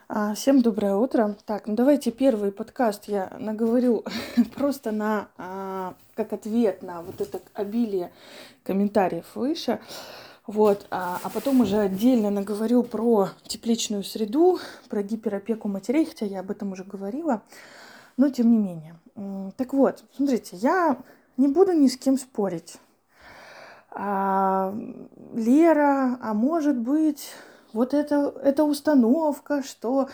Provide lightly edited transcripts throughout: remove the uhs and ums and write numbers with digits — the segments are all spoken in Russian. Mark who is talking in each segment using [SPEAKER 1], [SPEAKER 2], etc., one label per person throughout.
[SPEAKER 1] Всем доброе утро. Так, ну давайте первый подкаст я наговорю просто как ответ на вот это обилие комментариев выше. Вот, а потом уже отдельно наговорю про тепличную среду, про гиперопеку матерей, хотя я об этом уже говорила, но тем не менее. Так вот, смотрите, я не буду ни с кем спорить. Лера, может быть, вот это установка, что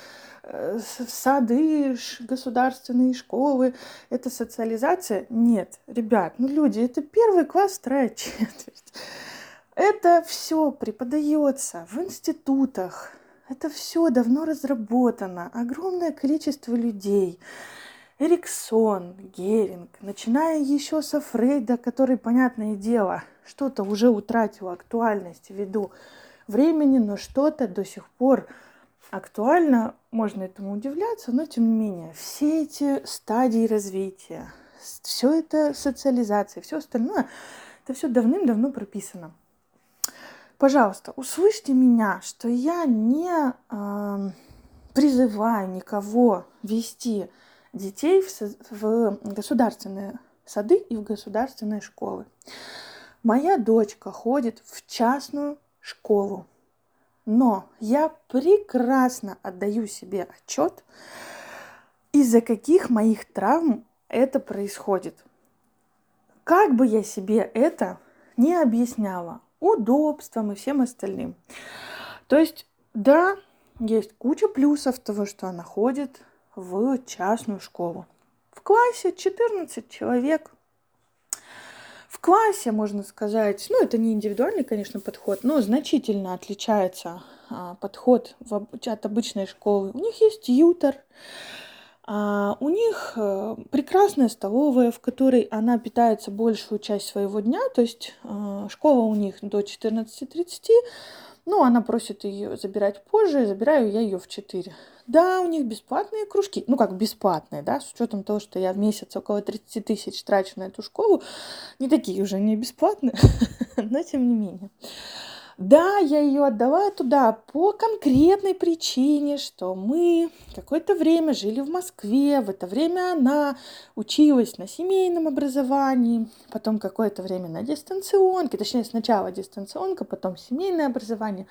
[SPEAKER 1] сады, государственные школы, это социализация. Нет, ребят, люди, это первый класс, вторая четверть. Это все преподается в институтах. Это все давно разработано. Огромное количество людей. Эриксон, Геринг, начиная еще со Фрейда, который, понятное дело, что-то уже утратил актуальность ввиду времени, но что-то до сих пор актуально, можно этому удивляться, но тем не менее, все эти стадии развития, все это социализация, все остальное, это все давным-давно прописано. Пожалуйста, услышьте меня, что я не призываю никого вести детей в государственные сады и в государственные школы. Моя дочка ходит в частную школу, но я прекрасно отдаю себе отчет, из-за каких моих травм это происходит. Как бы я себе это не объясняла удобством и всем остальным. То есть, да, есть куча плюсов того, что она ходит в частную школу. В классе 14 человек. В классе, можно сказать, это не индивидуальный, конечно, подход, но значительно отличается подход от обычной школы. У них есть тьютор, у них прекрасная столовая, в которой она питается большую часть своего дня, то есть школа у них до 14:30, она просит ее забирать позже, забираю я ее в 4. Да, у них бесплатные кружки, как бесплатные, да, с учетом того, что я в месяц около 30 тысяч трачу на эту школу, не такие уже не бесплатные, но тем не менее. Да, я ее отдала туда по конкретной причине, что мы какое-то время жили в Москве, в это время она училась на семейном образовании, потом какое-то время на дистанционке, точнее сначала дистанционка, потом семейное образование.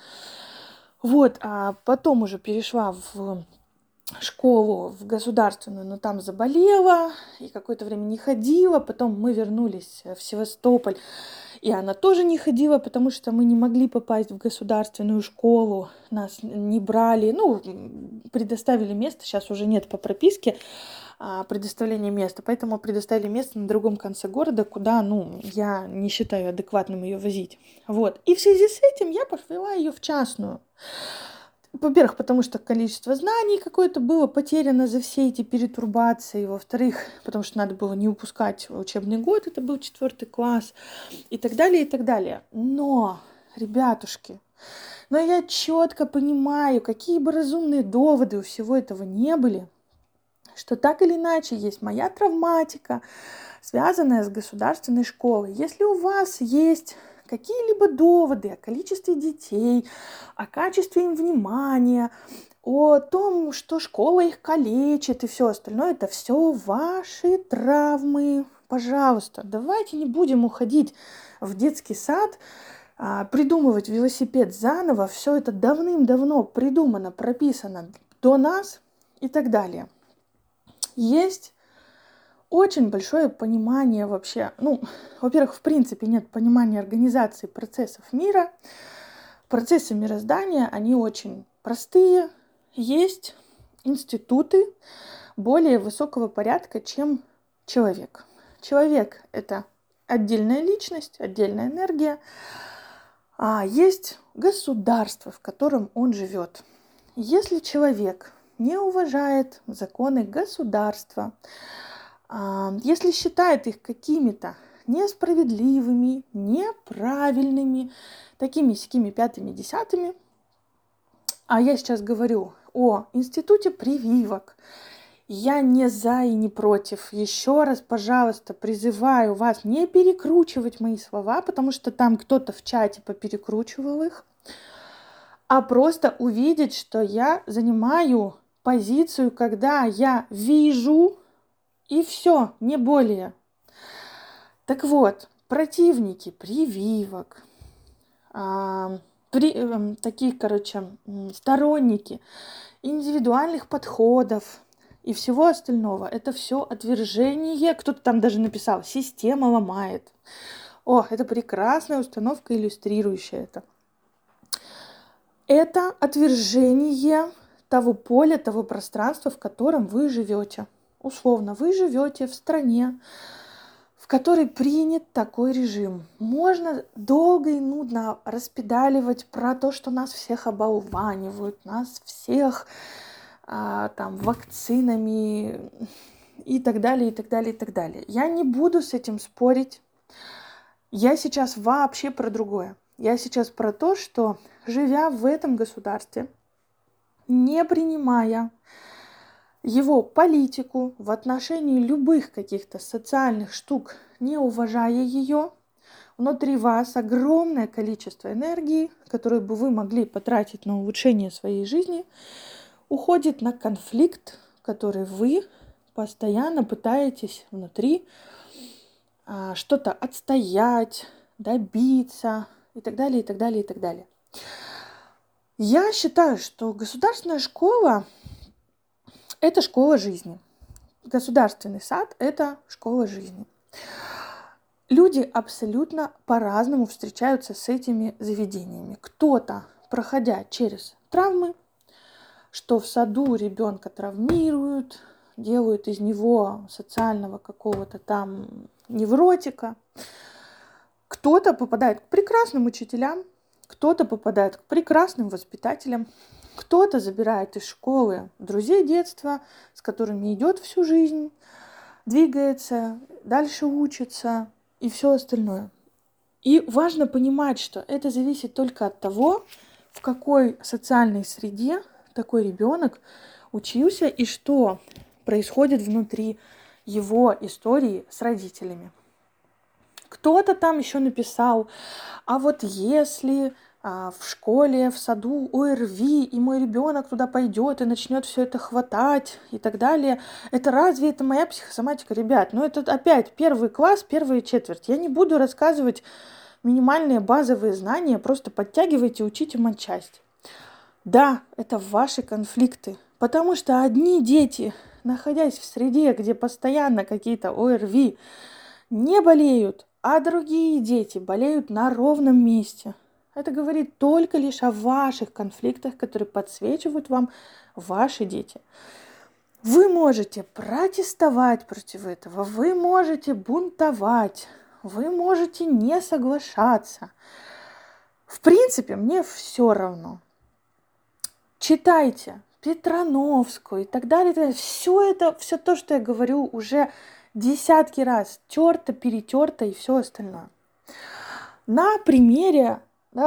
[SPEAKER 1] Вот, а потом уже перешла в школу, в государственную, но там заболела и какое-то время не ходила, потом мы вернулись в Севастополь, и она тоже не ходила, потому что мы не могли попасть в государственную школу, нас не брали, предоставили место, сейчас уже нет по прописке предоставления места, поэтому предоставили место на другом конце города, куда, я не считаю адекватным ее возить. Вот. И в связи с этим я повела ее в частную. Во-первых, потому что количество знаний какое-то было потеряно за все эти перетурбации. Во-вторых, потому что надо было не упускать учебный год, это был 4 класс, и так далее, и так далее. Но, ребятушки, я четко понимаю, какие бы разумные доводы у всего этого не были, что так или иначе есть моя травматика, связанная с государственной школой. Если у вас есть какие-либо доводы о количестве детей, о качестве им внимания, о том, что школа их калечит и все остальное, это все ваши травмы. Пожалуйста, давайте не будем уходить в детский сад, придумывать велосипед заново. Все это давным-давно придумано, прописано до нас и так далее. Есть очень большое понимание вообще. Во-первых, в принципе, нет понимания организации процессов мира. Процессы мироздания, они очень простые. Есть институты более высокого порядка, чем человек. Человек – это отдельная личность, отдельная энергия. А есть государство, в котором он живет. Если человек не уважает законы государства, если считает их какими-то несправедливыми, неправильными, такими-сякими, пятыми, десятыми, а я сейчас говорю о институте прививок, я не за и не против. Еще раз, пожалуйста, призываю вас не перекручивать мои слова, потому что там кто-то в чате поперекручивал их. а просто увидеть, что я занимаю позицию, когда я вижу, и все, не более. Так вот, противники прививок, такие, сторонники индивидуальных подходов и всего остального. Это все отвержение. Кто-то там даже написал, система ломает. О, это прекрасная установка, иллюстрирующая это. Это отвержение того поля, того пространства, в котором вы живете. Условно, вы живете в стране, в которой принят такой режим. Можно долго и нудно распедаливать про то, что нас всех оболванивают, нас всех вакцинами и так далее, и так далее, и так далее. Я не буду с этим спорить. Я сейчас вообще про другое. Я сейчас про то, что, живя в этом государстве, не принимая его политику в отношении любых каких-то социальных штук, не уважая ее, внутри вас огромное количество энергии, которую бы вы могли потратить на улучшение своей жизни, уходит на конфликт, который вы постоянно пытаетесь внутри что-то отстоять, добиться и так далее, и так далее, и так далее. Я считаю, что государственная школа – это школа жизни. Государственный сад – это школа жизни. Люди абсолютно по-разному встречаются с этими заведениями. Кто-то, проходя через травмы, что в саду ребенка травмируют, делают из него социального какого-то там невротика. Кто-то попадает к прекрасным учителям, кто-то попадает к прекрасным воспитателям, кто-то забирает из школы друзей детства, с которыми идет всю жизнь, двигается, дальше учится и все остальное. И важно понимать, что это зависит только от того, в какой социальной среде такой ребенок учился и что происходит внутри его истории с родителями. Кто-то там еще написал, а вот если в школе, в саду ОРВИ, и мой ребенок туда пойдет и начнет все это хватать и так далее, разве это моя психосоматика? Ребят, это опять первый класс, первая четверть. Я не буду рассказывать минимальные базовые знания, просто подтягивайте, учите матчасть. Да, это ваши конфликты, потому что одни дети, находясь в среде, где постоянно какие-то ОРВИ, не болеют, а другие дети болеют на ровном месте. Это говорит только лишь о ваших конфликтах, которые подсвечивают вам ваши дети. Вы можете протестовать против этого, вы можете бунтовать, вы можете не соглашаться. В принципе, мне все равно. Читайте Петрановскую и так далее. Все то, что я говорю, уже десятки раз терто, перетерто и все остальное. На примере,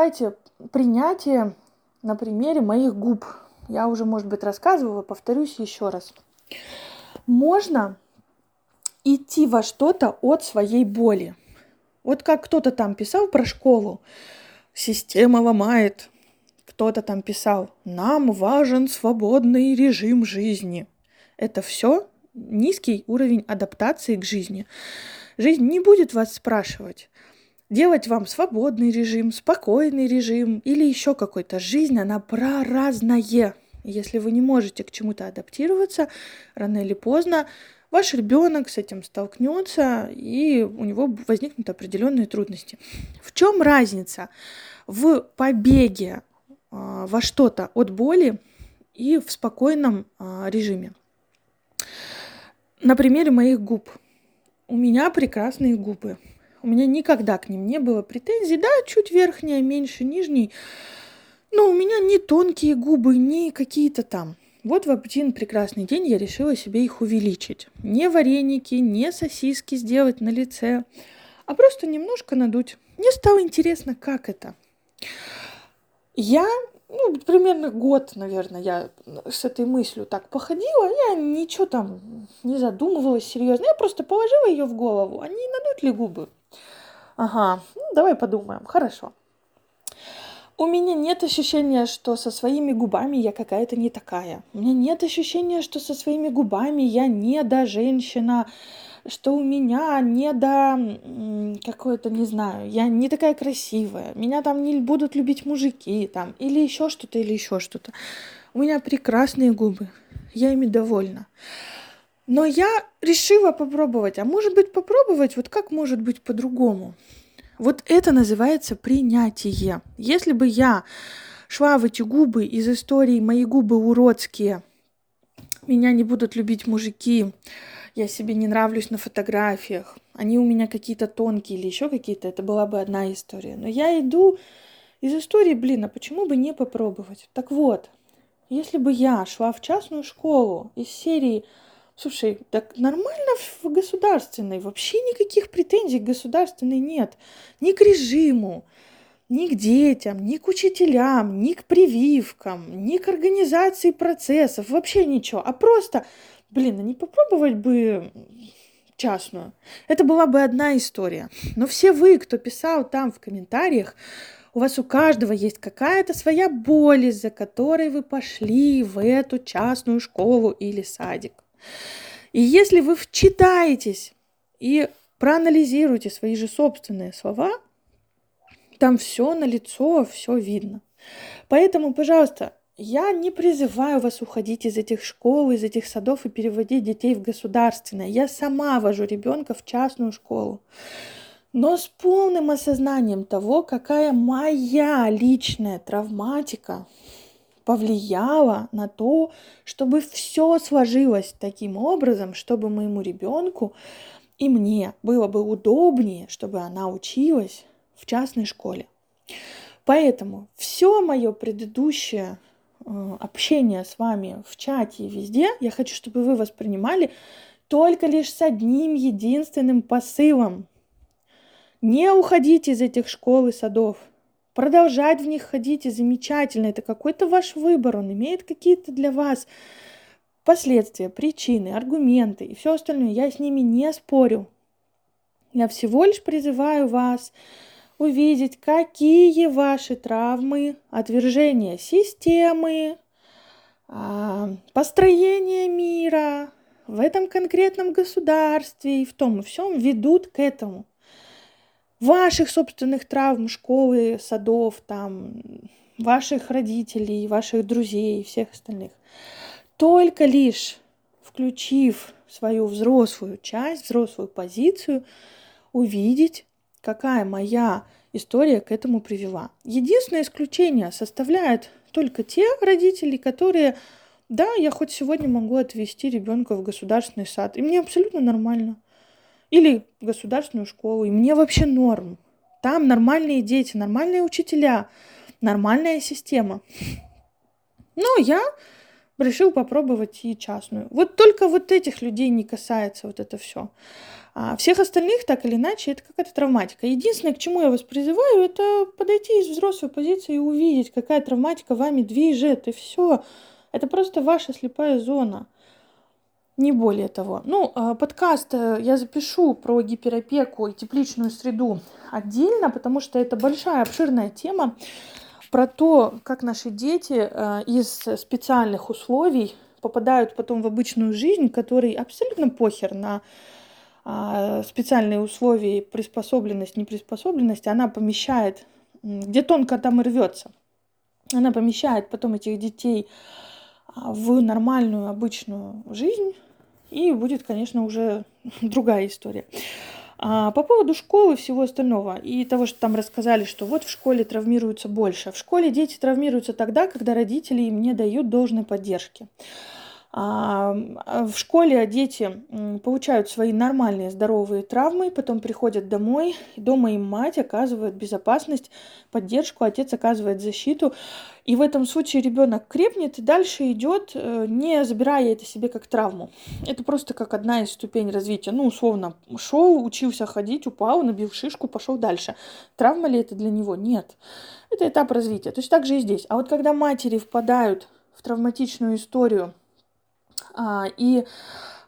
[SPEAKER 1] принятие на примере моих губ. Я уже, может быть, рассказывала, повторюсь еще раз. Можно идти во что-то от своей боли. Вот как кто-то там писал про школу. Система ломает. Кто-то там писал, нам важен свободный режим жизни. Это все низкий уровень адаптации к жизни. Жизнь не будет вас спрашивать, делать вам свободный режим, спокойный режим или еще какой-то. Жизнь, она про разное. Если вы не можете к чему-то адаптироваться, рано или поздно ваш ребенок с этим столкнется, и у него возникнут определенные трудности. В чем разница в побеге во что-то от боли и в спокойном режиме? На примере моих губ. У меня прекрасные губы. У меня никогда к ним не было претензий. Да, чуть верхняя, меньше нижней. Но у меня не тонкие губы, не какие-то там. Вот в один прекрасный день я решила себе их увеличить. Не вареники, не сосиски сделать на лице, а просто немножко надуть. Мне стало интересно, как это. Я, примерно год, наверное, я с этой мыслью так походила. Я ничего там не задумывалась серьезно. Я просто положила ее в голову. Не надуть ли губы? Ага, давай подумаем. Хорошо. У меня нет ощущения, что со своими губами я какая-то не такая. У меня нет ощущения, что со своими губами я не до женщина, что у меня не до какое-то, не знаю, я не такая красивая. Меня там не будут любить мужики, там, или еще что-то, или еще что-то. У меня прекрасные губы. Я ими довольна. Но я решила попробовать. А может быть, попробовать, вот как может быть по-другому? Вот это называется принятие. Если бы я шла в эти губы из истории «Мои губы уродские», «Меня не будут любить мужики», «Я себе не нравлюсь на фотографиях», «Они у меня какие-то тонкие» или еще какие-то, это была бы одна история. Но я иду из истории, а почему бы не попробовать? Так вот, если бы я шла в частную школу из серии «Слушай, так нормально в государственной, вообще никаких претензий к государственной нет, ни к режиму, ни к детям, ни к учителям, ни к прививкам, ни к организации процессов, вообще ничего, а просто, а не попробовать бы частную. Это была бы одна история. Но все вы, кто писал там в комментариях, у вас у каждого есть какая-то своя боль, из-за которой вы пошли в эту частную школу или садик. И если вы вчитаетесь и проанализируете свои же собственные слова, там все налицо, все видно. Поэтому, пожалуйста, я не призываю вас уходить из этих школ, из этих садов и переводить детей в государственное. Я сама вожу ребенка в частную школу. Но с полным осознанием того, какая моя личная травматика повлияла на то, чтобы все сложилось таким образом, чтобы моему ребенку и мне было бы удобнее, чтобы она училась в частной школе. Поэтому все мое предыдущее общение с вами в чате и везде, я хочу, чтобы вы воспринимали только лишь с одним единственным посылом. Не уходите из этих школ и садов. Продолжать в них ходить и замечательно. Это какой-то ваш выбор. Он имеет какие-то для вас последствия, причины, аргументы и все остальное. Я с ними не спорю. Я всего лишь призываю вас увидеть, какие ваши травмы, отвержения системы, построение мира в этом конкретном государстве и в том и всем ведут к этому. Ваших собственных травм, школы, садов, там, ваших родителей, ваших друзей и всех остальных. Только лишь включив свою взрослую часть, взрослую позицию, увидеть, какая моя история к этому привела. Единственное исключение составляют только те родители, которые, да, я хоть сегодня могу отвезти ребенка в государственный сад, и мне абсолютно нормально. Или в государственную школу, и мне вообще норм. Там нормальные дети, нормальные учителя, нормальная система. Но я решил попробовать и частную. Вот только вот этих людей не касается вот это все. А всех остальных, так или иначе, это какая-то травматика. Единственное, к чему я вас призываю, это подойти из взрослой позиции и увидеть, какая травматика вами движет, и все. Это просто ваша слепая зона. Не более того. Подкаст я запишу про гиперопеку и тепличную среду отдельно, потому что это большая, обширная тема про то, как наши дети из специальных условий попадают потом в обычную жизнь, которой абсолютно похер на специальные условия, приспособленность, неприспособленность. Она помещает, где тонко там и рвется, она помещает потом этих детей в нормальную обычную жизнь, и будет, конечно, уже другая история. По поводу школы и всего остального, и того, что там рассказали, что вот в школе травмируются больше. В школе дети травмируются тогда, когда родители им не дают должной поддержки. В школе дети получают свои нормальные здоровые травмы, потом приходят домой, и дома им мать оказывает безопасность, поддержку, отец оказывает защиту. И в этом случае ребенок крепнет и дальше идет, не забирая это себе как травму. Это просто как одна из ступеней развития. Условно, шел, учился ходить, упал, набил шишку, пошел дальше. Травма ли это для него? Нет. Это этап развития. То есть так же и здесь. А вот когда матери впадают в травматичную историю, и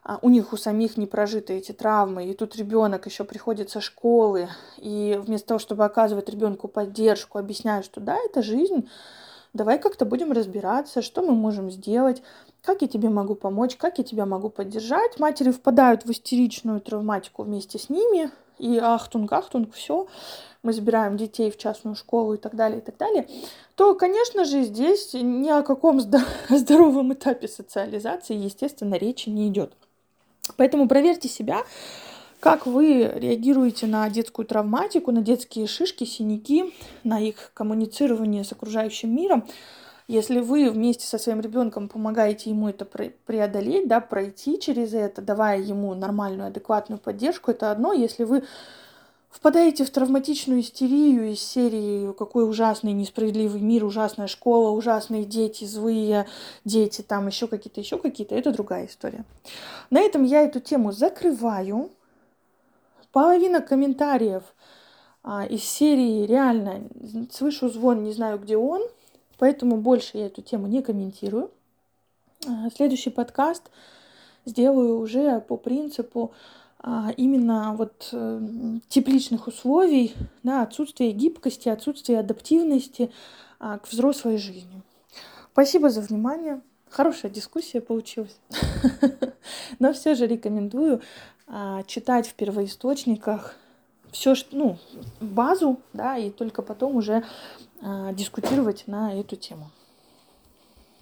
[SPEAKER 1] у них у самих не прожиты эти травмы, и тут ребенок еще приходит со школы, и вместо того, чтобы оказывать ребенку поддержку, объясняю, что да, это жизнь, давай как-то будем разбираться, что мы можем сделать, как я тебе могу помочь, как я тебя могу поддержать. Матери впадают в истеричную травматику вместе с ними, и ахтунг, все, мы забираем детей в частную школу и так далее, то, конечно же, здесь ни о каком здоровом этапе социализации, естественно, речи не идет. Поэтому проверьте себя, как вы реагируете на детскую травматику, на детские шишки, синяки, на их коммуницирование с окружающим миром. Если вы вместе со своим ребенком помогаете ему это преодолеть, да, пройти через это, давая ему нормальную, адекватную поддержку, это одно. Если вы впадаете в травматичную истерию из серии «Какой ужасный, несправедливый мир, ужасная школа, ужасные дети, злые дети», там еще какие-то, это другая история. На этом я эту тему закрываю. Половина комментариев из серии реально «Слышу звон, не знаю, где он», поэтому больше я эту тему не комментирую. Следующий подкаст сделаю уже по принципу именно вот тепличных условий, да, отсутствие гибкости, отсутствие адаптивности к взрослой жизни. Спасибо за внимание. Хорошая дискуссия получилась. Но все же рекомендую читать в первоисточниках все, базу, да, и только потом уже дискутировать на эту тему.